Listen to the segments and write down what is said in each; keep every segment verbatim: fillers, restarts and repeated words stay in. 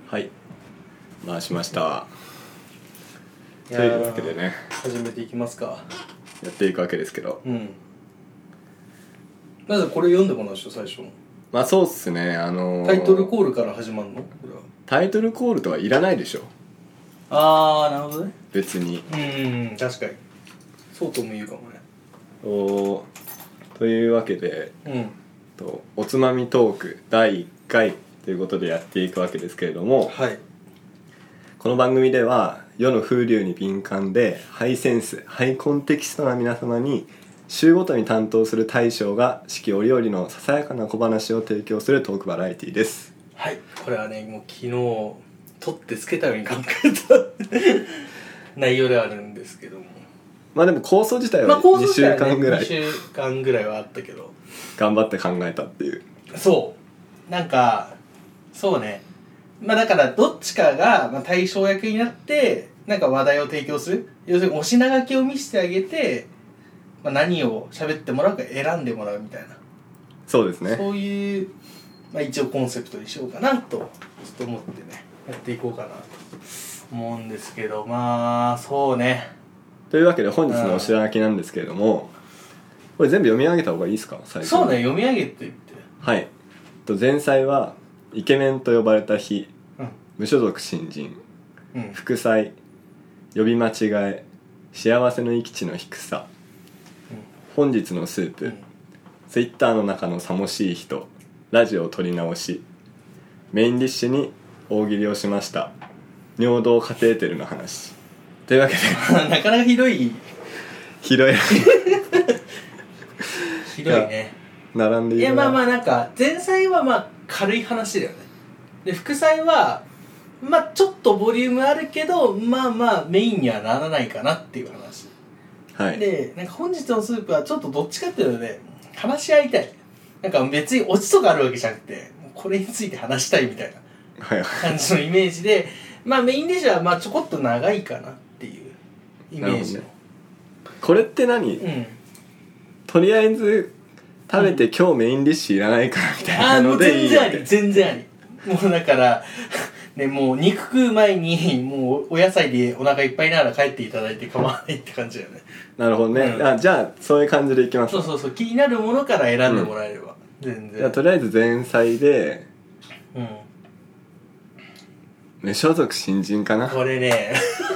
はい回しました。 いというわけでね始めていきますか。 やっていくわけですけど、 うんまずこれ読んでこないでしょ最初のまあそうっすね。あのー、 タイトルコールから始まるのこれは。 タイトルコールとはいらないでしょあーなるほどね。 別に。 うん確かにそうとも言うかもね。 おというわけで、 うんとおつまみトークだいいっかいということでやっていくわけですけれども、 はいこの番組では世の風流に敏感でハイセンスハイコンテキストな皆様に週ごとに担当する大将が四季折々のささやかな小話を提供するトークバラエティです。 はい、これはねもう昨日取ってつけたように考えた内容ではあるんですけども、 まあでも構想自体はまあ構想にしゅうかんぐらい、 にしゅうかんぐらいはあったけど頑張って考えたっていう。 そうなんかそうねまあだからどっちかがまあ対象役になってなんか話題を提供する、要するにお品書きを見せてあげて、まあ、何を喋ってもらうか選んでもらうみたいな、 そうですね。 そういう、まあ、一応コンセプトにしようかなとちょっと思ってねやっていこうかなと思うんですけど、まあそうね。 というわけで本日のお品書きなんですけれども、これ全部読み上げた方がいいですか最初。 そうね読み上げて言って。 はいと前菜はイケメンと呼ばれた日、 うん、 無所属新人、 うん、 副菜呼び間違え幸せの閾値の低さ、うん、本日のスープ、うん、ツイッターの中のさもしい人、ラジオ撮り直し、メインディッシュに大喜利をしました、尿道カテーテルの話というわけでなかなかひどいひどいひどいね。 並んでいる。 いやまあまあなんか前菜はまあ軽い話だよね。で副菜はまあちょっとボリュームあるけどまあまあメインにはならないかなっていう話。 はい。 でなんか本日のスープはちょっとどっちかっていうとね話し合いたい。なんか別にオチとかあるわけじゃなくてこれについて話したいみたいな感じのイメージで、まあメインディッシュはまあちょこっと長いかなっていうイメージの、ね、 これって何、うん、とりあえず食べて、うん、今日メインディッシュいらないからみたいなのでいいよ。 あもう全然あり全然あり。もうだからねもう肉食う前にもうお野菜でお腹いっぱいなら帰っていただいて構わないって感じだよね。 なるほどね、うん、あじゃあそういう感じでいきます。 そうそうそう気になるものから選んでもらえれば、うん、全然。 じゃあとりあえず前菜でうん無所属新人かな。 これね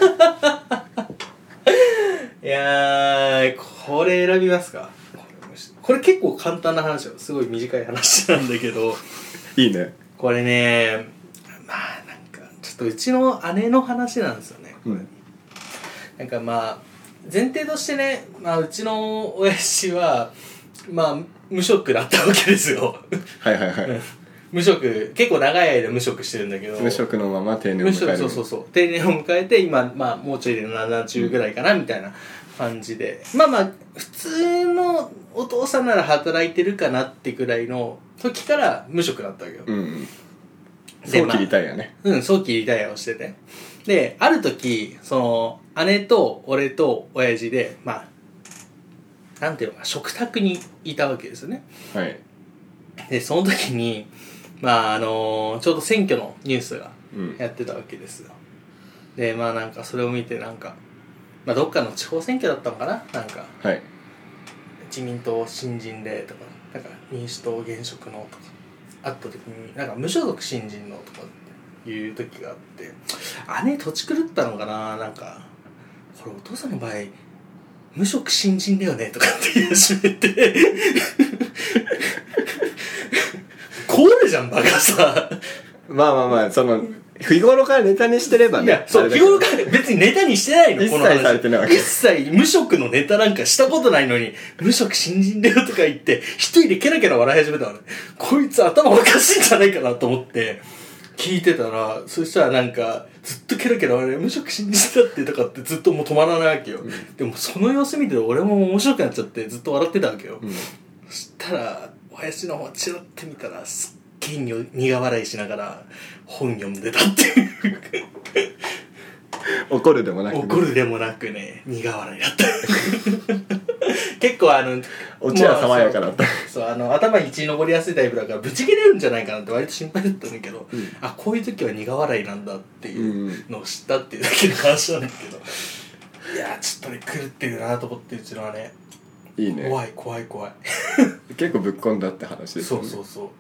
いやーこれ選びますか。これ結構簡単な話よ。すごい短い話なんだけどいいね。 これねまあなんかちょっとうちの姉の話なんですよねこれ、うん、なんかまあ前提としてね、まあ、うちの親父はまあ無職だったわけですよはいはいはい無職結構長い間無職してるんだけど、 無職のまま定年を迎える。 そうそうそう定年を迎えて今、まあ、もうちょいでななじゅうぐらいかな、うん、みたいな感じで、まあまあ普通のお父さんなら働いてるかなってくらいの時から無職だったわけよ、 うんうん、早期リタイアね、 まあ、うん早期リタイアをしてて、である時その姉と俺と親父でまあなんていうのか食卓にいたわけですよね。 はいでその時にまああのー、ちょうど選挙のニュースがやってたわけですよ、うん、でまあなんかそれを見てなんかまあどっかの地方選挙だったのかな、なんか、 はい、 自民党新人でとかなんか民主党現職のとかあった時になんか無所属新人のとかっていう時があって、姉土地狂ったのかな、なんかこれお父さんの場合無職新人だよねとかって言い始めてこれじゃんバカさ。 まあまあまあその日頃からネタにしてればね。 いやそう日頃から別にネタにしてないの。 一切されてないわけ。 一切無職のネタなんかしたことないのに無職新人だよとか言って一人でケラケラ笑い始めたから、ね、こいつ頭おかしいんじゃないかなと思って聞いてたら、そしたらなんかずっとケラケラ笑い無職新人だってとかってずっともう止まらないわけよ、うん、でもその様子見て俺も面白くなっちゃってずっと笑ってたわけよ、うん、そしたら親父の方チラって見たらすっげえ苦笑いしながら本読んでたっていう怒るでもなく、ね、 怒るでもなくね苦笑いだった結構あのオチは爽やかだった。 そう、あの頭に血登りやすいタイプだからブチ切れるんじゃないかなって割と心配だったんだけど、うん、あ、こういう時は苦笑いなんだっていうのを知ったっていうだけの話なんだけど、いやーちょっとね狂ってるなと思って、うちのはね、 いいね、 怖い怖い怖い結構ぶっこんだって話ですよね。 そうそうそう、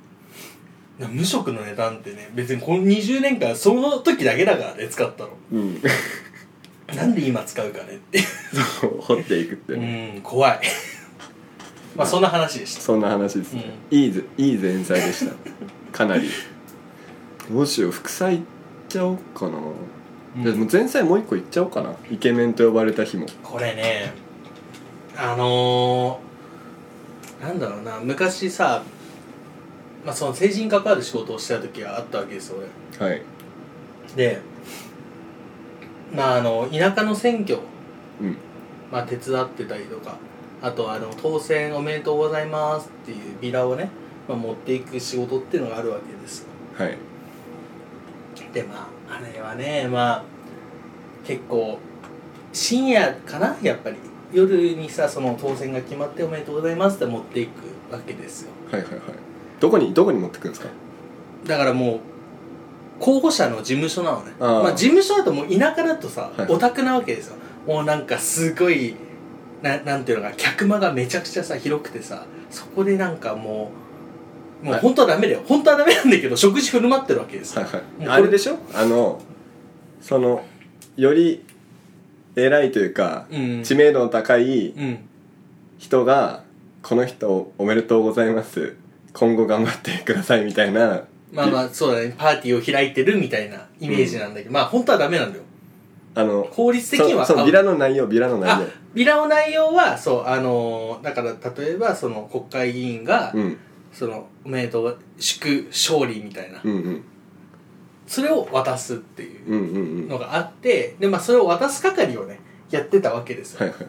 無職の値段ってね、別にこのにじゅうねんかんその時だけだからね使ったの、うんなんで今使うかねってそう掘っていくってね、うん、怖いまあそんな話でした。 そんな話ですね、うん、いいぜいい前菜でしたかなり。どうしよう、副菜いっちゃおうかな、うん、でも前菜もう一個いっちゃおうかな。イケメンと呼ばれた日も。これね、あのー、なんだろうな、昔さ、まあ、その政治に関わる仕事をしてた時があったわけですよ俺。はい。で、まああの田舎の選挙、うん、まあ手伝ってたりとか、あとあの当選おめでとうございますっていうビラをね、まあ、持っていく仕事っていうのがあるわけですよ。はい。でまああれはね、まあ結構深夜かな、やっぱり夜にさ、その当選が決まっておめでとうございますって持っていくわけですよ。 はいはいはい。どこにどこに持ってくんですか？ だからもう候補者の事務所なのね。あ、まあ事務所だともう田舎だとさ、はい、オタクなわけですよ。もうなんかすごいな、なんていうのか、客間がめちゃくちゃさ広くてさ、そこでなんかもうもう本当はダメだよ、本当はダメなんだけど食事振る舞ってるわけですよ。はいはい、 あれでしょ、あのそのより偉いというか、うん、知名度の高い人が、この人おめでとうございます、今後頑張ってくださいみたいな、 まあまあそうだね、パーティーを開いてるみたいなイメージなんだけど、うん、まあ本当はダメなんだよ。あの法律的にはそうそう、ビラの内容ビラの内容ビラの内容はそう、あのだから例えばその国会議員が、うん、そのおめでとう祝勝利みたいな、うんうん、それを渡すっていうのがあって、うんうんうん、でまあそれを渡す係をねやってたわけですよ。はいはい、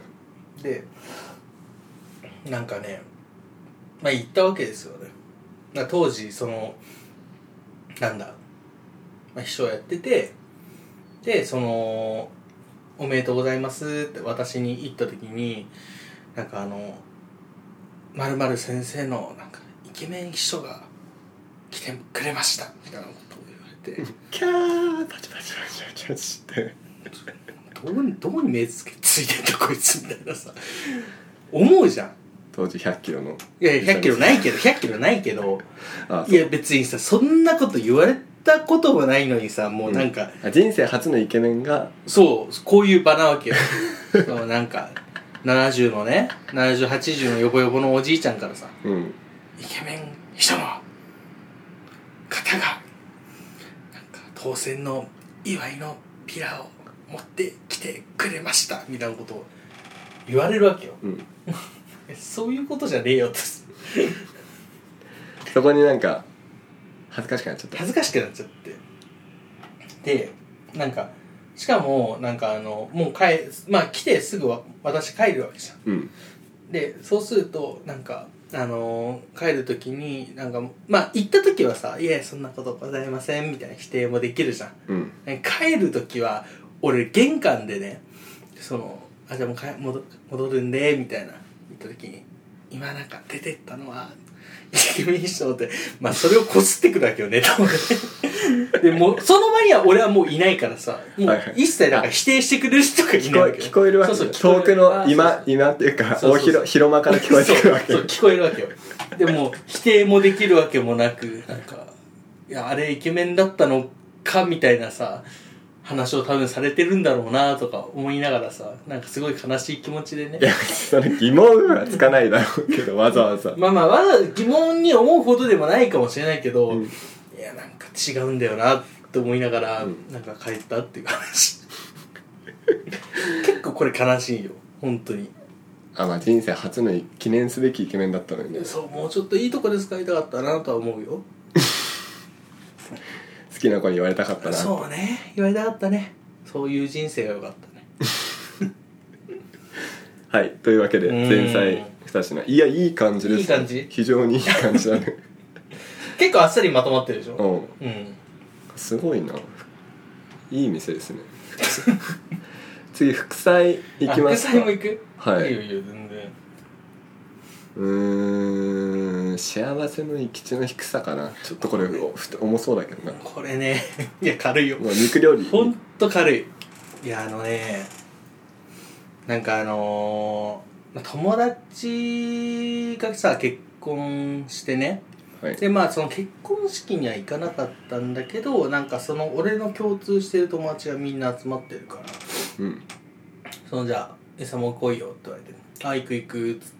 でなんかね、まあ言ったわけですよね。当時そのなんだ、まあ、秘書やってて、でそのおめでとうございますって私に言った時に、なんかあの〇〇先生のなんかイケメン秘書が来てくれましたみたいなことを言われてキャーパチパチパチパチパチってどこにどこに目つけついてんだこいつみたいなさ思うじゃん。 当時ひゃっキロの、 いやいやひゃっキロないけどひゃっキロないけどああ、いや別にさそんなこと言われたこともないのにさ、もうなんか、 うん、人生初のイケメンがそうこういう場なわけよそうなんかななじゅうのねななじゅうはちじゅうのヨボヨボのおじいちゃんからさ、うん、イケメン秘書の方がなんか当選の祝いのピラを持ってきてくれましたみたいなことを言われるわけよ、うんそういうことじゃねえよってそこになんか恥ずかしくなっちゃった恥ずかしくなっちゃってで、なんかしかもなんかあのもう帰まあ来てすぐ私帰るわけじゃん、うん、でそうするとなんかあのー、帰る時になんかまあ行った時はさいやそんなことございませんみたいな否定もできるじゃん、うん、帰る時は俺玄関でねそのあじゃあもうか戻戻るんでみたいな言った時に今なんか出てったのはイケメン秘書って、まあそれをこすってくるわけよネタをねでもその前には俺はもういないからさもう一切なんか否定してくれる人がいないわけよ。 聞こえるわけよ。遠くの今今っていうか大広広間から聞こえてくるわけよ。 そうそう聞こえるわけよ。でも否定もできるわけもなくなんかいやあれイケメンだったのかみたいなさ話を多分されてるんだろうなとか思いながらさなんかすごい悲しい気持ちでね。 いやそれ疑問はつかないだろうけどわざわざまあまあわざわざ疑問に思うほどでもないかもしれないけど、うん、いやなんか違うんだよなって思いながら、うん、なんか帰ったっていう話結構これ悲しいよ本当に。 あまあ人生初の記念すべきイケメンだったのにね。 そうもうちょっといいとこで使いたかったなとは思うよ好きな子に言われたかったな。 そうね言われたかったね。そういう人生が良かったねはいというわけで前菜ふた品いやいい感じです。 いい感じ非常にいい感じだね結構あっさりまとまってるでしょ。うん、うん、 すごいないい店ですね次副菜いきますか。 副菜も行く。 はいいいよいいよ全然。 うーん幸せの閾値の低さかな。ちょっとこれ重そうだけどな。 これねいや軽いよ、 もう肉料理ほんと軽い。いやあのねなんかあのー、友達がさ結婚してね、 はい、 でまあその結婚式には行かなかったんだけど、なんかその俺の共通してる友達がみんな集まってるから、 うん、 そのじゃあ餌も来いよって言われて、あ行く行くっつって、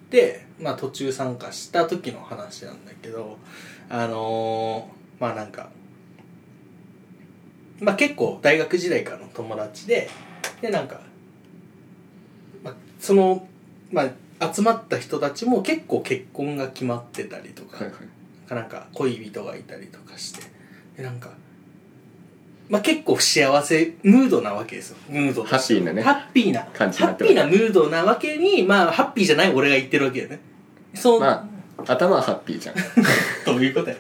まあ途中参加した時の話なんだけど、あのー、まあなんかまあ結構大学時代からの友達で、でなんか、まあ、そのまあ集まった人たちも結構結婚が決まってたりとか、 はいはい、 なんか恋人がいたりとかして、でなんかまあ結構不幸せムードなわけですよ。ムードとしてハッピーなねハッピーな感じハッピーなムードなわけに、まあハッピーじゃない俺が言ってるわけよね。そう、 まあ頭はハッピーじゃんどういうことや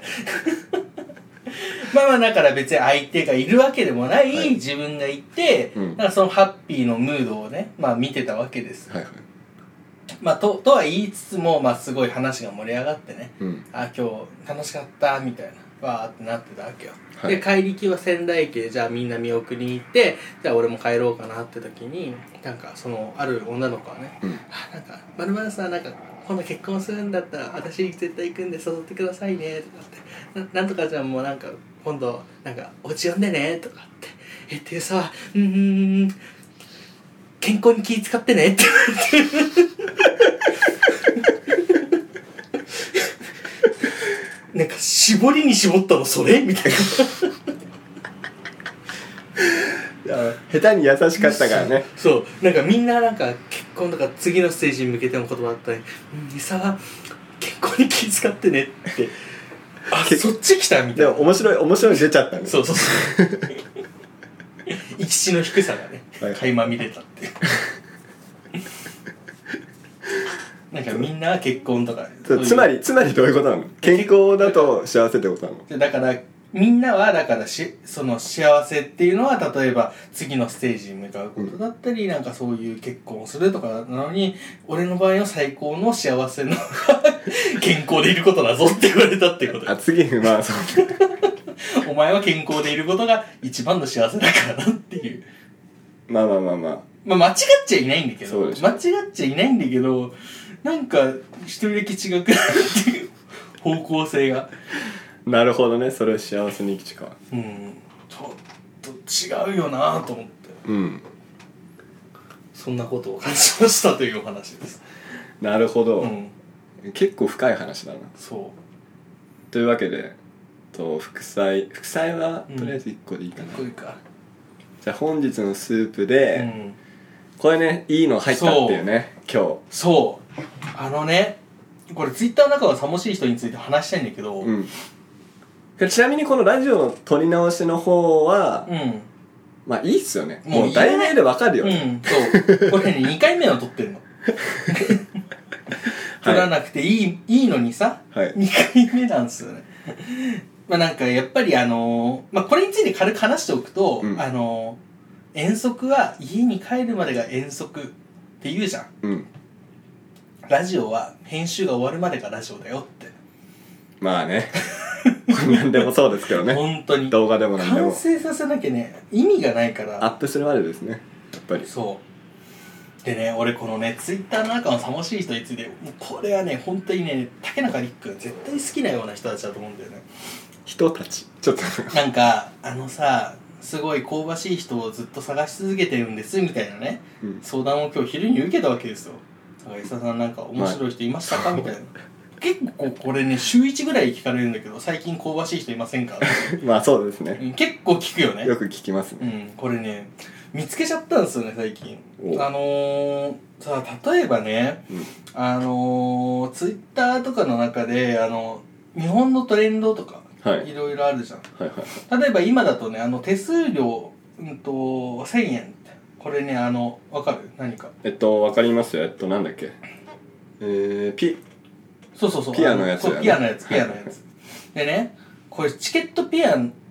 まあまあだから別に相手がいるわけでもない、はい、自分がいて、うん、だからそのハッピーのムードをね、まあ見てたわけです。 はいはい。 まあと、とは言いつつも、まあすごい話が盛り上がってね、 うん、 あ、今日楽しかったみたいな、わーってなってたわけよ。 はい、 で、帰り際は仙台駅でじゃあみんな見送りに行って、じゃあ俺も帰ろうかなって時に、なんかその、ある女の子はね、 うん、 あ、なんか、まるまるさんなんか、今度結婚するんだったら私絶対行くんで誘ってくださいねとかってな、なんとかじゃんもうなんか今度なんかお家呼んでねとかってえっていうさうーん健康に気使ってねって言われてなんか絞りに絞ったのそれみたいないや下手に優しかったからね。 そうなんかみんななんか結婚とか次のステージに向けての言葉だったり「うん、さは結婚に気遣ってね」ってあそっち来たみたいな。 でも面白い面白い出ちゃったね。 そうそうそう閾値の低さがね、はい、垣間見れたっていうなんかみんな結婚とかつまりつまりどういうことなの？健康だと幸せってことなの？ だからみんなはだからしその幸せっていうのは例えば次のステージに向かうことだったり、うん、なんかそういう結婚をするとかなのに俺の場合は最高の幸せの健康でいることだぞって言われたってこと。 あ次まあそうお前は健康でいることが一番の幸せだからなっていう。 まあまあまあまあまあ間違っちゃいないんだけど間違っちゃいないんだけどなんか一人だけ違くなるっていう方向性がなるほどね。それは幸せに生きちか。 うんちょっと違うよなと思って、 うん、 そんなことを感じましたというお話です。 なるほど、 うん、 結構深い話だな。 そうというわけでと副菜副菜はとりあえずいっこでいいかな、うん、いっこいいか。 じゃあ本日のスープで、うん、これねいいの入ったっていうね今日。 そうあのねこれツイッターの中のさもしい人について話したいんだけど、うん、 ちなみにこのラジオの撮り直しの方は、 うん、 まあいいっすよね。もう題名でわかるよね、 うん、そうこれねにかいめの撮ってるの撮らなくていい、はい、いいのにさ、はい、にかいめなんですよねまあなんかやっぱりあのー、まあこれについて軽く話しておくと、うん、あのー、遠足は家に帰るまでが遠足って言うじゃん、 うん、 ラジオは編集が終わるまでがラジオだよって。 まあね何でもそうですけどね本当に動画でも何でも完成させなきゃね意味がないからアップするまでですねやっぱり。 そうでね俺このねツイッターの中のさもしい人についてもうこれはね本当にね竹中陸君絶対好きなような人たちだと思うんだよね。 人たちちょっとなんかあのさすごい香ばしい人をずっと探し続けてるんですみたいなね、うん、相談を今日昼に受けたわけですよ。だから伊佐さんなんか面白い人いましたか、まあ、みたいな結構これね週いちぐらい聞かれるんだけど最近香ばしい人いませんかまあそうですね、 うん、結構聞くよね。 よく聞きますね、 うん、これね見つけちゃったんですよね最近。あのー、さ例えばね、うん、あのー、ツイッターとかの中であの日本のトレンドとか、はい、いろいろあるじゃん、はいはいはい、例えば今だとねあの手数料、うんと、せんえんってこれねあの分かる何かえっと分かりますよ。えっとなんだっけえー、ピそうそうそうピアのやつ、ね、 ピアのやつピアのやつでねこれチケットピア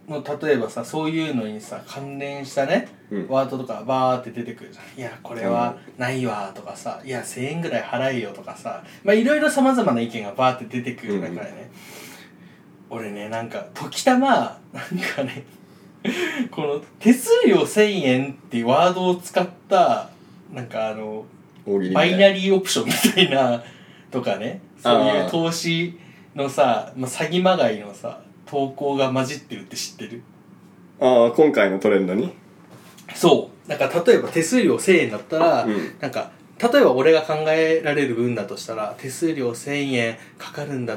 もう例えばさそういうのにさ関連したね、うん、ワードとかバーって出てくるじゃん。いやこれはないわとかさ、いやせんえんぐらい払えよとかさ、まあいろいろさまざまな意見がバーって出てくる中でね、うん、俺ねなんか時たまなんかねこの手数料せんえんっていうワードを使ったなんかあのバイナリーオプションみたいなとかね、そういう投資のさ、まあ、詐欺まがいのさ投稿が混じってるって知ってる？ ああ今回のトレンドにそうなんか例えば手数料せんえんだったら、うん、なんか例えば俺が考えられる分だとしたら手数料せんえんかかるんだって、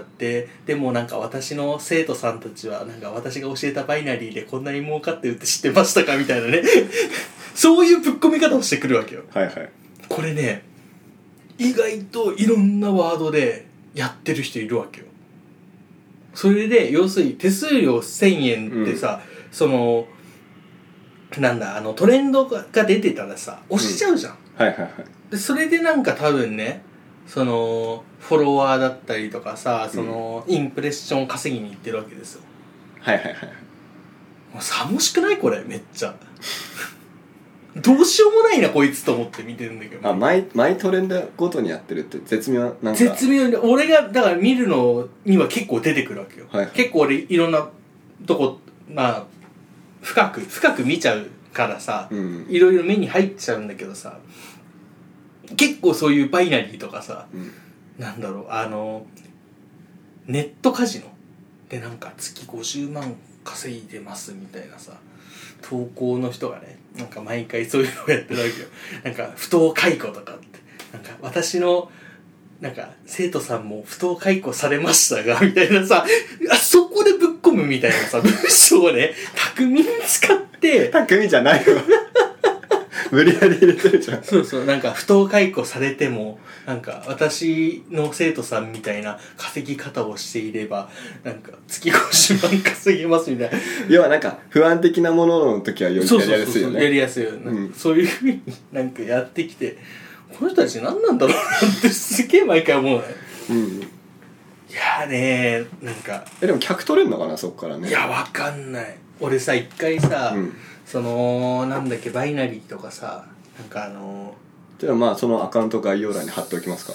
でもなんか私の生徒さんたちはなんか私が教えたバイナリーでこんなに儲かってるって知ってましたかみたいなねそういうぶっ込み方をしてくるわけよ。 はいはい。これね意外といろんなワードでやってる人いるわけよ。それで要するに手数料せんえんってさ、うん、そのなんだあのトレンドが出てたらさ押しちゃうじゃん、 うん、はいはいはい。 でそれでなんか多分ねそのフォロワーだったりとかさその、うん、インプレッション稼ぎに行ってるわけですよ。 はいはいはい。 もうさもしくないこれめっちゃどうしようもないなこいつと思って見てるんだけど、ね、 あ毎毎トレンドごとにやってるって絶妙なんか絶妙に俺がだから見るのには結構出てくるわけよ、はいはい、結構俺いろんなとこまあ深く深く見ちゃうからさ、うん、いろいろ目に入っちゃうんだけどさ結構そういうバイナリーとかさ、うん、なんだろうあのネットカジノでなんか月ごじゅうまん稼いでますみたいなさ投稿の人がねなんか毎回そういうのをやってるわけよなんか不当解雇とかってなんか私のなんか生徒さんも不当解雇されましたがみたいなさあそこでぶっ込むみたいなさ文章をね巧みに使って巧みじゃないわ無理やり入れてるじゃん。 そうそうなんか不当解雇されてもなんか私の生徒さんみたいな稼ぎ方をしていればなんか月ごじゅうまん稼げますみたいな要はなんか不安的なものの時はよりやりやすいよね。 やりやすいよね、うん、そういう風になんかやってきてこの人たち何なんだろうなってすげえ毎回思うね、うん、いやーねーなんかえでも客取れんのかなそっからね。 いやわかんない俺さ一回さ、うん、そのなんだっけバイナリーとかさなんかあのーじゃあまあそのアカウント概要欄に貼っておきますか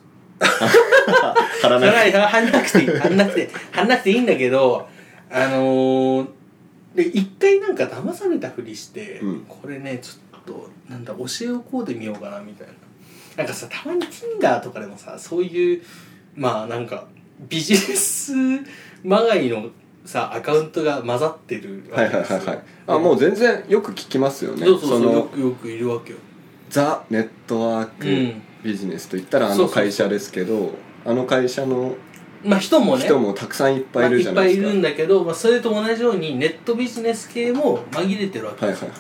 貼らなくて貼らなくていい貼らなくて貼らなくていいんだけどあのー、で一回なんか騙されたふりして、うん、これねちょっとなんだ教えをこうでみようかなみたいななんかさたまに Tinder とかでもさそういうまあなんかビジネスまがいのさアカウントが混ざってるわけですよ。はいはいはいはい。 あもう全然よく聞きますよね。 そうそうそうよくよくいるわけよ。 ザ・ネットワークビジネスといったらあの会社ですけど、そうそうそうあの会社のまあ人もね人もたくさんいっぱいいるじゃないですか。 まあ、いっぱいいるんだけど、まあ、それと同じようにネットビジネス系も紛れてるわけですよ、はいはいはい、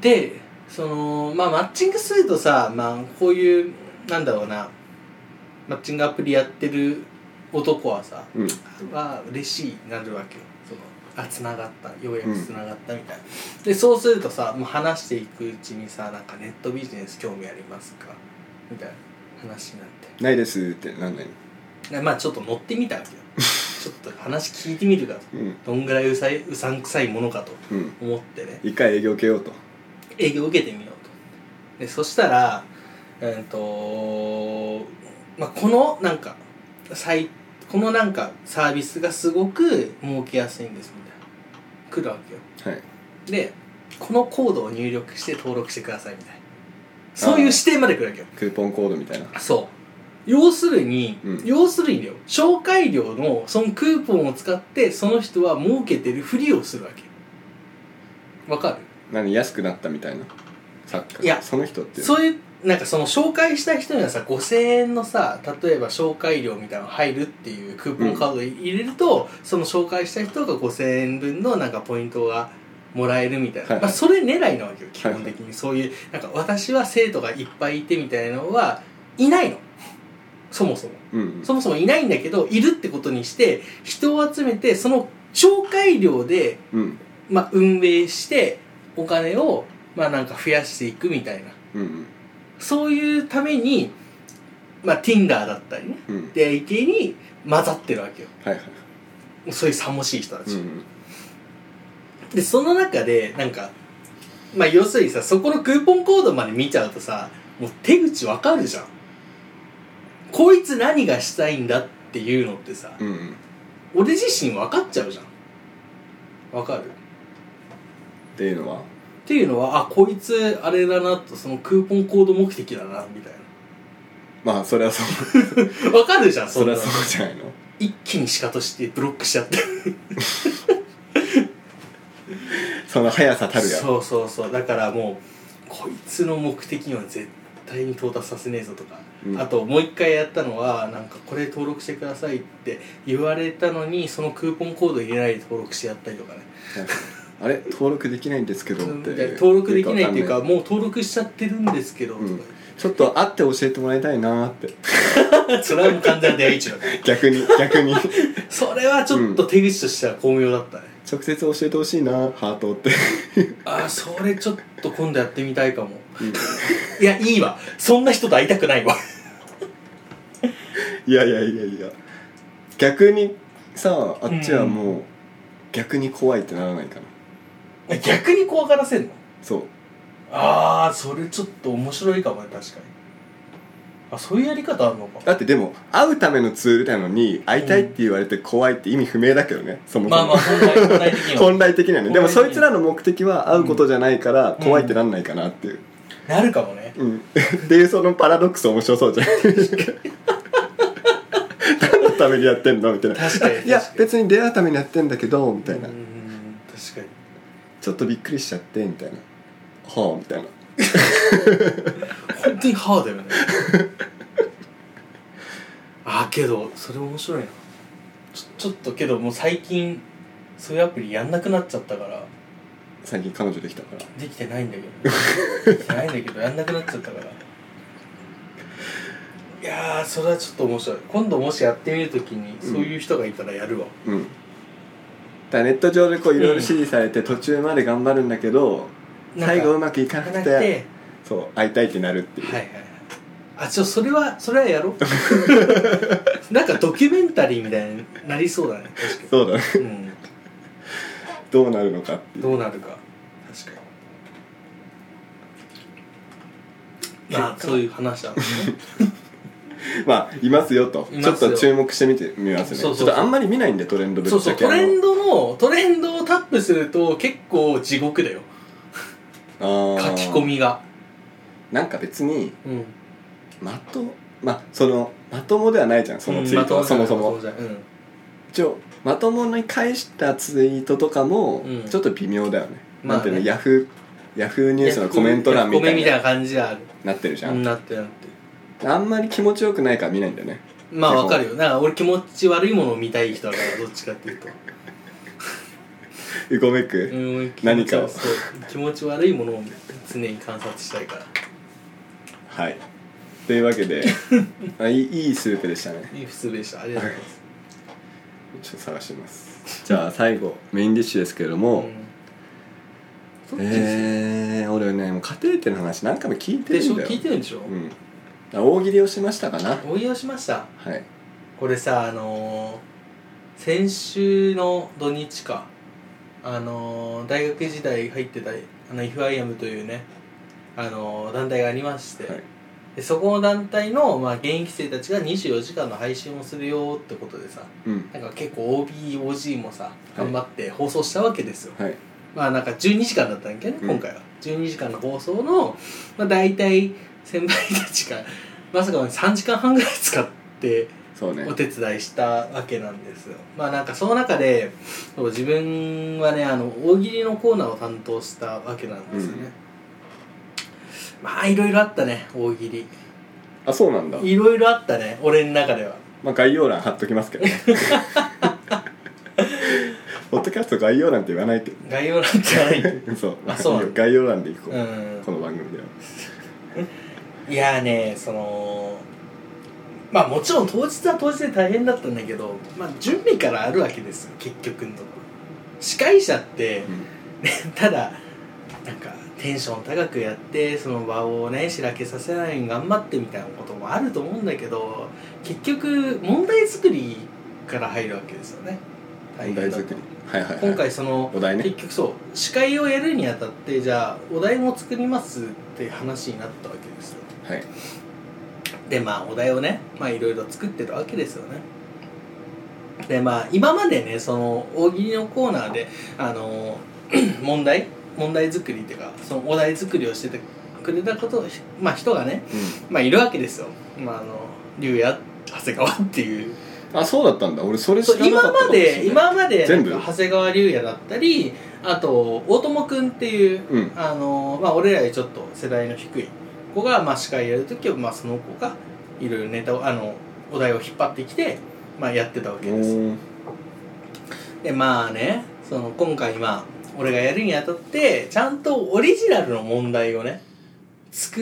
でそのまあマッチングするとさ、まあ、こういうなんだろうなマッチングアプリやってる男はさ、うん、は嬉しいなるわけよ。そのあ繋がったようやく繋がったみたいな、うん、でそうするとさもう話していくうちにさなんかネットビジネス興味ありますかみたいな話になってないですってなんないの。まあちょっと乗ってみたわけよちょっと話聞いてみるかと、うん、どんぐらいうさいうさんくさいものかと思ってね、 うん、一回営業受けようと営業受けてみようと。でそしたらえっとまあこのなんかサイこのなんかサービスがすごく儲けやすいんですみたいな来るわけよ、はい、でこのコードを入力して登録してくださいみたいなそういう指定まで来るわけよ。 クーポンコードみたいな。 そう要するに、うん、要するにだよ紹介料のそのクーポンを使ってその人は儲けてるふりをするわけよ。わかる？ 何安くなったみたいなサッカー。 いやその人ってそういうなんかその紹介した人にはさごせんえんのさ例えば紹介料みたいなの入るっていうクーポンカードを入れると、うん、その紹介した人がごせんえんぶんのなんかポイントがもらえるみたいな、はいはい、まあ、それ狙いなわけよ基本的に、はいはい、そういうなんか私は生徒がいっぱいいてみたいなのはいないのそもそも、うんうん、そもそもいないんだけどいるってことにして人を集めてその紹介料で、うんまあ、運営してお金をまあなんか増やしていくみたいな、うんうんそういうために、まあ、Tinder だったりね、うん、出会い系に混ざってるわけよ、はいはい、そういうさもしい人たち、うんうん、 でその中でなんかまあ要するにさ、そこのクーポンコードまで見ちゃうとさ、もう手口わかるじゃん。こいつ何がしたいんだっていうのってさ、 うんうん、 俺自身分かっちゃうじゃん。わかるっていうのはっていうのは、あ、こいつあれだなと、そのクーポンコード目的だなみたいな。 まあそれはそうわかるじゃん。 それはそうじゃないの。 一気にシカとしてブロックしちゃってその速さたるや。 そうそうそう。だからもうこいつの目的には絶対に到達させねえぞとか、うん、あともう一回やったのは、なんかこれ登録してくださいって言われたのに、そのクーポンコード入れないで登録してやったりとかねあれ登録できないんですけどって登録できないっていうか、もう登録しちゃってるんですけど、うん、 ちょっと会って教えてもらいたいなーってそれはもう完全に出会い値だ逆に逆にそれはちょっと手口としては巧妙だったね、 うん、直接教えてほしいなハートってああ、それちょっと今度やってみたいかも、うん、いや、いいわ、そんな人と会いたくないわいやいやいやいや、逆にさ、あっちはもう、うん、逆に怖いってならないかな。 逆に怖がらせんの？ そう。 ああ、それちょっと面白いかもね、確かに。あ、そういうやり方あるのか。 だってでも会うためのツールなのに会いたいって言われて怖いって意味不明だけどね、うん、そもそも。まあまあ本来本来的には本来的にはね。でもそいつらの目的は会うことじゃないから怖いってなんないかなっていう、 うん、なるかもね、 うん、っていうそのパラドックス面白そうじゃない何のためにやってんのみたいな。 確かに確かに。 いや別に出会うためにやってんだけどみたいな。 うん、確かに。 ちょっとびっくりしちゃってみたいな。はあみたいな本当にはあだよねあ、けどそれ面白いな。ちょ、ちょっとけどもう最近そういうアプリやんなくなっちゃったから。 最近彼女できたからできてないんだけどできてないんだけどやんなくなっちゃったから。いやー、それはちょっと面白い。今度もしやってみるときにそういう人がいたらやるわ。 うん、うん、だからネット上でこういろいろ指示されて途中まで頑張るんだけど、うん、最後うまくいかなくて、そう会いたいってなるっていう。 はいはいはい。あ、ちょ、それはそれはやろうなんかドキュメンタリーみたいになりそうだね。確かにそうだね、 うん、 どうなるのかっていう。 どうなるか。確かに。まあそういう話だもんねまあいますよとちょっと注目してみてみますね。そうそうそう、ちょっとあんまり見ないんでトレンドぶっちゃけ。 そうそう、トレンドのトレンドをタップすると結構地獄だよあー、 書き込みが。 なんか別に、 うん、 まとまそのまともではないじゃんそのツイートは、うん、そもそも、うん、一応まともに返したツイートとかもちょっと微妙だよね、うん、なんていうの、まあね、ヤフーヤフーニュースのコメント欄みたいなみたいな感じがあるなってるじゃん、 うん、なってるなってる。 あんまり気持ちよくないから見ないんだよね。 まあわかるよ。なんか俺気持ち悪いものを見たい人だからどっちかっていうとうごめく、うん、何かを。 そう気持ち悪いものを常に観察したいから。 はい、というわけであいい、いいスープでしたね。 いいスープでした。ありがとうございます。 ちょっと探します。じゃあ最後メインディッシュですけれども、うん、えー、俺ねもう家庭店の話何回も聞いてるんだよ。 でしょ、聞いてるんでしょ、うん、 大喜利をしましたかな。 大喜利をしました。 はい。 これさ、あのー、先週の土日か、あのー、大学時代入ってたあの イフアイアム というね、あのー、団体がありまして、はい、でそこの団体の、まあ、現役生たちがにじゅうよじかんの配信をするよってことでさ、うん、なんか結構 オービーオージー もさ頑張って放送したわけですよ、はい、まあなんかじゅうにじかんだったんだけどね、うん、今回はじゅうにじかんの放送の、まあ、大体先輩たちがまさかさんじかんはんぐらい使ってお手伝いしたわけなんですよ。まあなんかその中で自分はね、あの大喜利のコーナーを担当したわけなんですね、うん、まあいろいろあったね、大喜利。 あ、そうなんだ。 いろいろあったね、俺の中では。 まあ概要欄貼っときますけどねポッドキャスト概要欄って言わないけど、 概要欄って言わないそう、 あ、そう概要欄でいこう、うん、この番組では。 いやーね、そのまあもちろん当日は当日で大変だったんだけど、まあ準備からあるわけですよ、結局のところ。司会者って、うんね、ただなんかテンション高くやってその場をねしらけさせないように頑張ってみたいなこともあると思うんだけど、結局問題作りから入るわけですよね。 問題作り、 はいはいはい、 今回そのお題ね、 結局そう司会をやるにあたってじゃあお題も作りますって話になったわけですよ。 はい。 でまあお題をねまあいろいろ作ってるわけですよね。でまあ今までねその大喜利のコーナーであの問題問題作りっていうかそのお題作りをしててくれたことまあ人がね、うん、まあいるわけですよ。まああの龍也長谷川っていう。 あ、そうだったんだ。俺それ知らなかったかもしれない。 今まで今まで全部長谷川龍也だったりあと大友くんっていう、うん、あのまあ俺らよりちょっと世代の低い子がまあ司会やるときはまあその子がいろいろネタをあのお題を引っ張ってきてまあやってたわけです。でまあねその今回まあ俺がやるにあたってちゃんとオリジナルの問題をね作って、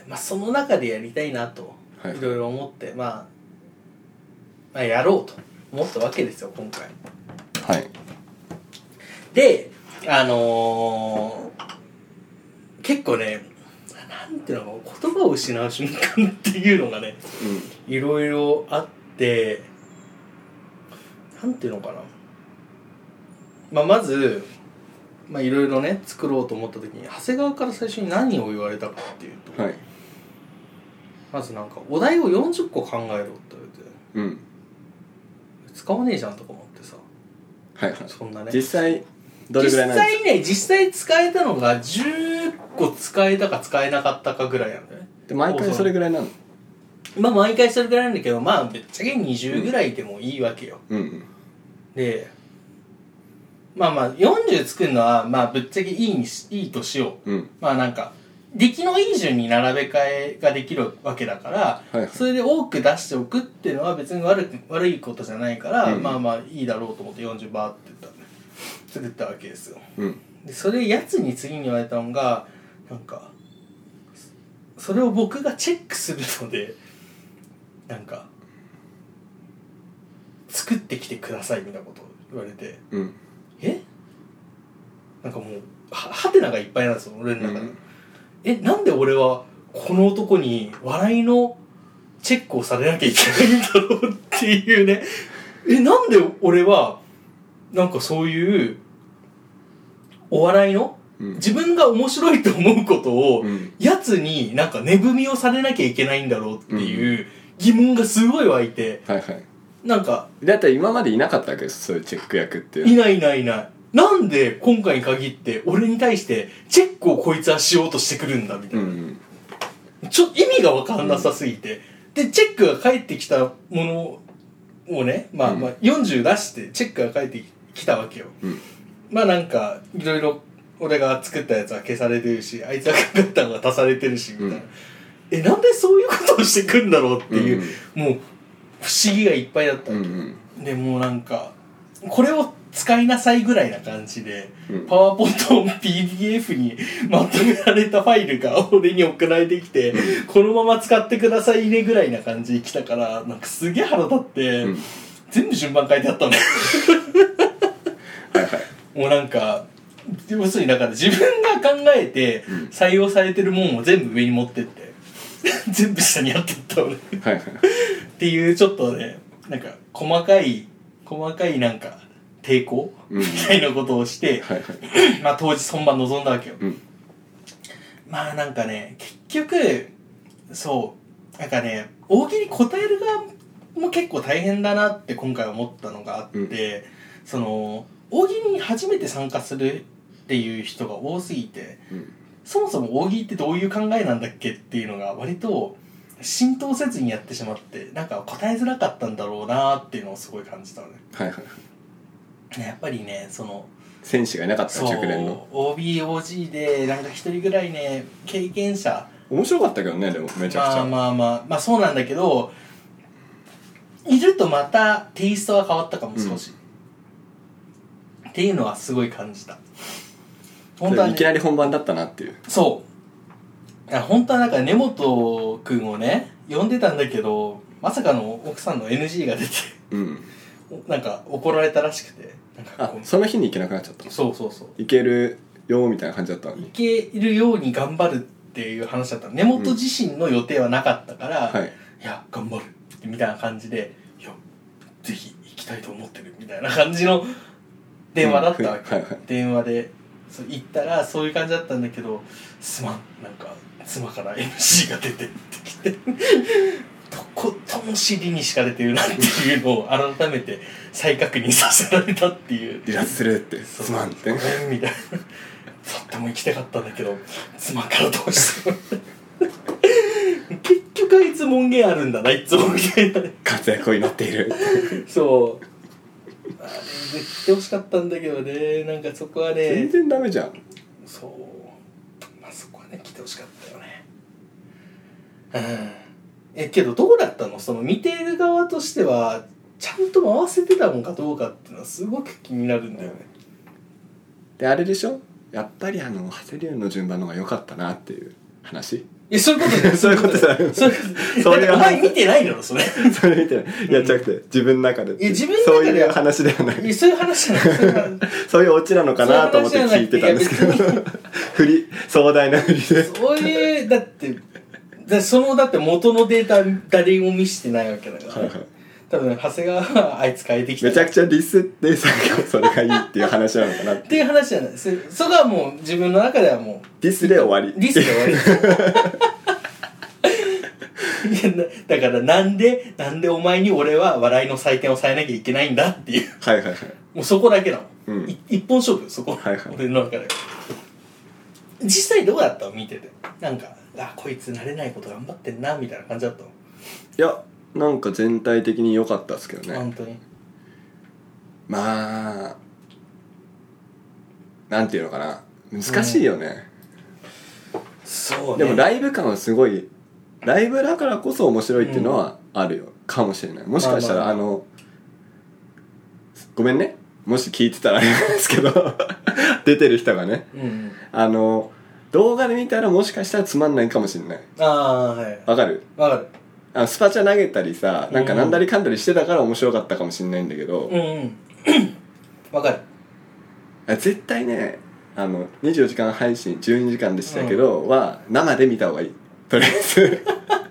まあ、その中でやりたいなといろいろ思って、まあ、まあやろうと思ったわけですよ今回。 はい。 であのー、結構ねなんていうのか言葉を失う瞬間っていうのがねいろいろあってなんていうのかな、まあ、まずまあいろいろね作ろうと思った時に長谷川から最初に何を言われたかっていうと、はい、まずなんかお題をよんじゅっこ考えろって言われて、うん、使わねえじゃんとか思ってさ、 はいはい、 そんなね実際どれぐらいなんですか？ 実際ね実際使えたのがじゅっこ使えたか使えなかったかぐらいなんだよね。 で毎回それぐらいなの？ まあ毎回それぐらいなんだけどまあぶっちゃけにじゅうぐらいでもいいわけよ、うんうん、でまあまあよんじゅう作るのはまあぶっちゃけいいにしいいとしよう、うん、まあなんか出来のいい順に並べ替えができるわけだから、はいはい、それで多く出しておくっていうのは別に悪く悪いことじゃないから、うん、まあまあいいだろうと思ってよんじゅうバーって言ったら、ね、作ったわけですよ、うん、でそれやつに次に言われたのがなんかそれを僕がチェックするのでなんか作ってきてくださいみたいなことを言われて、うん、えなんかもうははてながいっぱいなんですよ俺の中で、うん、えなんで俺はこの男に笑いのチェックをされなきゃいけないんだろうっていうねえなんで俺はなんかそういうお笑いの、うん、自分が面白いと思うことを、うん、やつになんか値踏みをされなきゃいけないんだろうっていう疑問がすごい湧いて、 はいはい、なんかだったら今までいなかったわけです、そういうチェック役っていう。 いないいないいない。なんで今回に限って俺に対してチェックをこいつはしようとしてくるんだみたいな、うんうん、ちょ意味が分かんなさすぎて、うん、でチェックが返ってきたものをねまあまあよんじゅう出してチェックが返ってきたわけよ、うん、まあなんかいろいろ俺が作ったやつは消されてるしあいつが考えたのが足されてるしみたいな、うん、えなんでそういうことをしてくんだろうっていう、うん、もう不思議がいっぱいだったわけ、うんうん、でもうなんかこれを使いなさいぐらいな感じで、うん、パワーポイントを ピーディーエフ にまとめられたファイルが俺に送られてきて、うん、このまま使ってくださいねぐらいな感じで来たからなんかすげえ腹立って、うん、全部順番書いてあったねはい、はい、もうなんか要するにだから自分が考えて採用されてるもんを全部上に持ってって全部下にやっていった俺はい、はい、っていうちょっとねなんか細かい細かいなんか抵抗、うん、みたいなことをして、はいはい、まあ当日本番臨んだわけよ、うん、まあなんかね結局そうなんかね大喜利答える側も結構大変だなって今回思ったのがあって、うん、その大喜利に初めて参加するっていう人が多すぎて、うん、そもそも大喜利ってどういう考えなんだっけっていうのが割と浸透せずにやってしまってなんか答えづらかったんだろうなっていうのをすごい感じたのね。 はいはい。 やっぱりねその選手がいなかった熟練のオービーオージー でなんか一人ぐらいね経験者面白かったけどねでもめちゃくちゃまあまあまあまあそうなんだけどいるとまたテイストは変わったかも少し、うん、っていうのはすごい感じた。 本当は、ね、いきなり本番だったなっていう。 そう本当はなんか根本くんをね呼んでたんだけどまさかの奥さんの エヌジー が出て、うん、なんか怒られたらしくてなんかあその日に行けなくなっちゃったの。 そうそうそう行けるよみたいな感じだったのに行けるように頑張るっていう話だったの。根本自身の予定はなかったから、うんはい、いや頑張るみたいな感じでいやぜひ行きたいと思ってるみたいな感じの電話だったわけ、 うんはいはい、 電話でそう行ったらそういう感じだったんだけど、すまん、なんか妻から エヌシー が出てってきてとことん尻に敷かれてるなっていうのを改めて再確認させられたっていう。 離脱するってすまんってごめんみたいなとっても行きたかったんだけど妻からどうしても結局あいつ門限あるんだないつもみたいなね活躍を祈っているそうあれで来てほしかったんだけどね、なんかそこはね全然ダメじゃん。 そうまあそこはね来てほしかったよね。うんえけどどうだったの、その見ている側としてはちゃんと回せてたのかどうかっていうのはすごく気になるんだよね。 であれでしょ、やっぱりあの長谷龍の順番の方が良かったなっていう話。 いやそういうことだよそういうことだよ。 そうそういうお前見てないだろそれそれ見てない。いやじゃなくて自分の中で。 いや自分の中でそういう話ではない。 いやそういう話じゃないそういう話そういうオチなのかなと思って聞いてたんですけど振り壮大な振りでそういうだってだそのだって元のデータ誰も見せてないわけだから、 はいはい、 多分長谷川はあいつ変えてきためちゃくちゃディスってさそれがいいっていう話なのかなってっていう話じゃない。そそこはもう自分の中ではもうディスで終わりディスで終わりいやなだからなんでなんでお前に俺は笑いの採点をされなきゃいけないんだっていうはいはいはい、 もうそこだけだもん、 うん、 い一本勝負そこ、 はいはい、 俺の中で実際どうだったの見てて、なんかあこいつ慣れないこと頑張ってんなみたいな感じだったの。 いやなんか全体的に良かったですけどね。 本当にまあなんていうのかな、難しいよね、 うん、そうね。 でもライブ感はすごい、ライブだからこそ面白いっていうのはあるよ、うん、かもしれない。もしかしたら、まあまあまあ、あのごめんねもし聞いてたらあれなんですけど出てる人がね、 うんうん、 あの動画で見たらもしかしたらつまんないかもしれない。 ああはいわかるわかる。 あスパチャ投げたりさ、なんかなんだりかんだりしてたから面白かったかもしれないんだけど、 うんうんわかる。 絶対ねあのにじゅうよじかん配信じゅうにじかんでしたけど、うん、は生で見た方がいい、とりあえず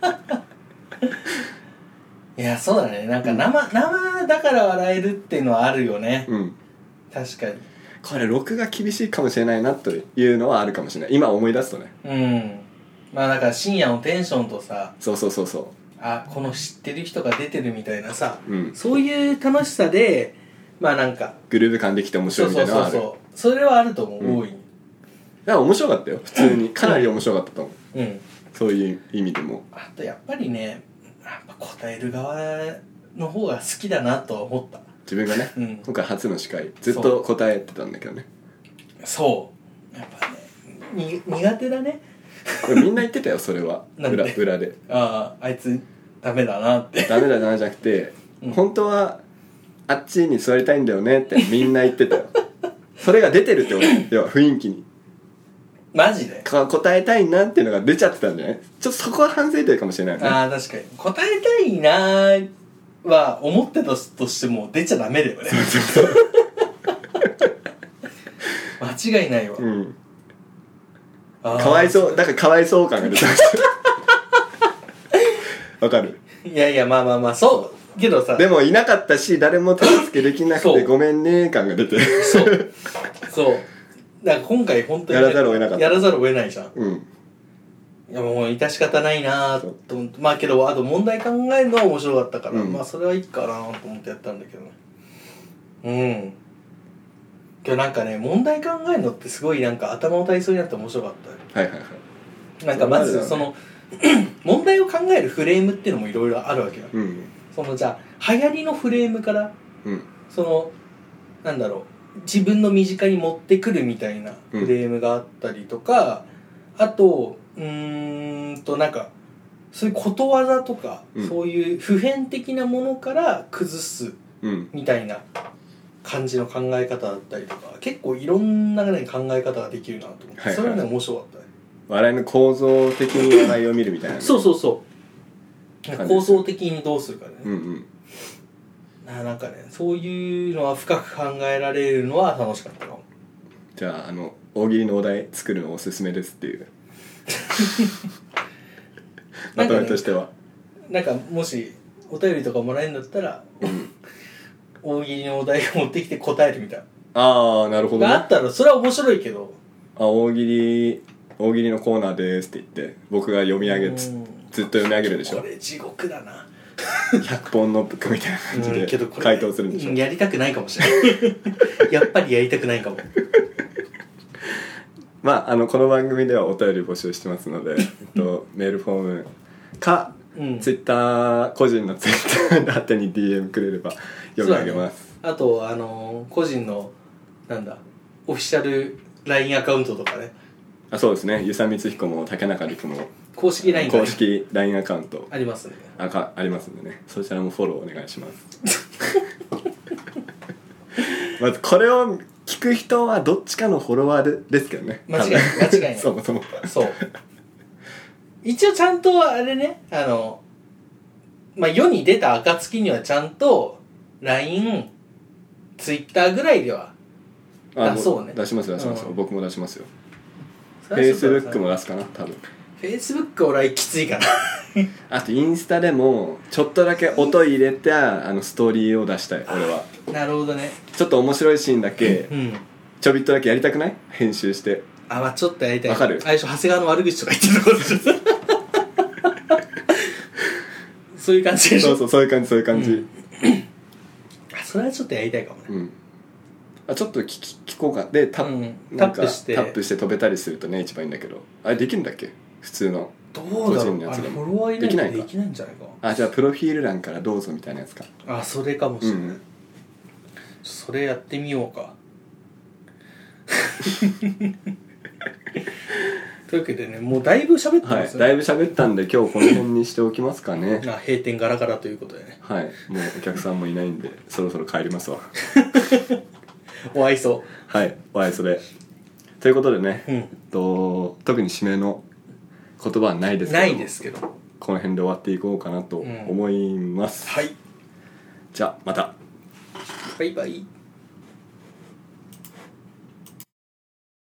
いやそうだね、なんか生、うん、生だから笑えるっていうのはあるよね。うん確かにこれ録画厳しいかもしれないなというのはあるかもしれない、今思い出すとね。 うんまあだから深夜のテンションとさ、 そうそうそうそう、 あこの知ってる人が出てるみたいなさ、 うん、 そういう楽しさでまあなんかグルーヴ感できて面白いみたいなのはある。そうそうそうそれはあると思う、うん、大いに。 だから面白かったよ普通に、かなり面白かったと思う、うん、そういう意味でも。 あとやっぱりねやっぱ答える側の方が好きだなとは思った自分がね、うん、今回初の司会ずっと答えてたんだけどね。 そうやっぱねに苦手だねみんな言ってたよそれは裏, 裏であああいつダメだなってダメだなじゃなくて、うん、本当はあっちに座りたいんだよねってみんな言ってたよそれが出てるってこと要は雰囲気にマジで答えたいなっていうのが出ちゃってたんじゃない？ちょっとそこは反省点かもしれないよね。ああ確かに答えたいなは思ってたとしても出ちゃダメだよねそうそうそう間違いないわ、うん、 かわいそうだからかわいそう感が出てましたわかる？ いやいやまあまあまあそうけどさでもいなかったし誰も手助けできなくてごめんね感が出てそうそうだから今回本当にやらざるを得なかったやらざるを得ないじゃん、 うん、 いやもう致し方ないなと思ってまあけどあと問題考えるのは面白かったから、うん、まあそれはいいかなと思ってやったんだけどうんけどなんかね問題考えるのってすごいなんか頭の体操になって面白かったはいはいはいなんかまずその問題を考えるフレームっていうのもいろいろあるわけよ、うん、そのじゃあ流行りのフレームから、うん、そのなんだろう自分の身近に持ってくるみたいなフレームがあったりとか、うん、あとうーんとなんかそういうことわざとか、うん、そういう普遍的なものから崩すみたいな感じの考え方だったりとか結構いろんな、ね、考え方ができるなと思って、はいはい、それはね面白かったね。 笑いの構造的に笑いを見るみたいな、ね、 そうそうそう構造的にどうするかね、 うんうんなんかねそういうのは深く考えられるのは楽しかったかも。 じゃああの大喜利のお題作るのおすすめですっていうまとめとしてはなんか、ね、もしお便りとかもらえるんだったら、うん、大喜利のお題を持ってきて答えるみたいああなるほどね。 があったらそれは面白いけど、 あ大喜利大喜利のコーナーですって言って僕が読み上げつうんずっと読み上げるでしょ。 これ地獄だな。 ひゃくぽんノックみたいな感じうんけどこれで回答するんでしょ。 うんやりたくないかもしれないやっぱりやりたくないかも。 まああのこの番組ではお便り募集してますので、えっと、メールフォームか、 うん、 ツイッター個人のツイッター宛てに ディーエム くれれば読み上げます、 ね、あとあのー、個人のなんだオフィシャル ライン アカウントとかね。 あそうですね。遊佐光彦も竹中陸も公式 ライン公式 ライン アカウントありますね。 あかありますんでね、そちらもフォローお願いしますまずこれを聞く人はどっちかのフォロワーでですけどね。 間違いない間違いないそもそもそう一応ちゃんとあれね、あのまあ世に出た暁にはちゃんと ライン、ツイッターぐらいではあ出そうね。 出します出します、 うん、 僕も出しますよ。 それはちょっと Facebook も出すかな多分。 Facebook 俺はきついかなあとインスタでもちょっとだけ音入れたあのストーリーを出したい俺は。 なるほどね。 ちょっと面白いシーンだけうんちょびっとだけやりたくない？編集して。 あ、まあちょっとやりたい。 わかる？ 最初長谷川の悪口とか言ってるところでしょそういう感じでしょ。 そうそうそういう感じそういう感じ、うん、 あ、それはちょっとやりたいかもね。 うん、あちょっと聞き聞こうかでタッ、 うん、 なんかタップしてタップして飛べたりするとね一番いいんだけど、あれできるんだっけ普通のどうだろう。あれフォロワーいないとできないんじゃないか。 あじゃあプロフィール欄からどうぞみたいなやつか。 あ、それかもしれない、うん、それやってみようかというわけでね、もうだいぶ喋ってますね、 はい、だいぶ喋ったんで今日この辺にしておきますかねあ閉店ガラガラということでね。 はい、もうお客さんもいないんでそろそろ帰りますわお愛想。 はい、お愛想でということでね、 うん、 と特に締めの言葉はないですけどないですけどこの辺で終わっていこうかなと思います、 うん、はい、 じゃあまたバイバイ。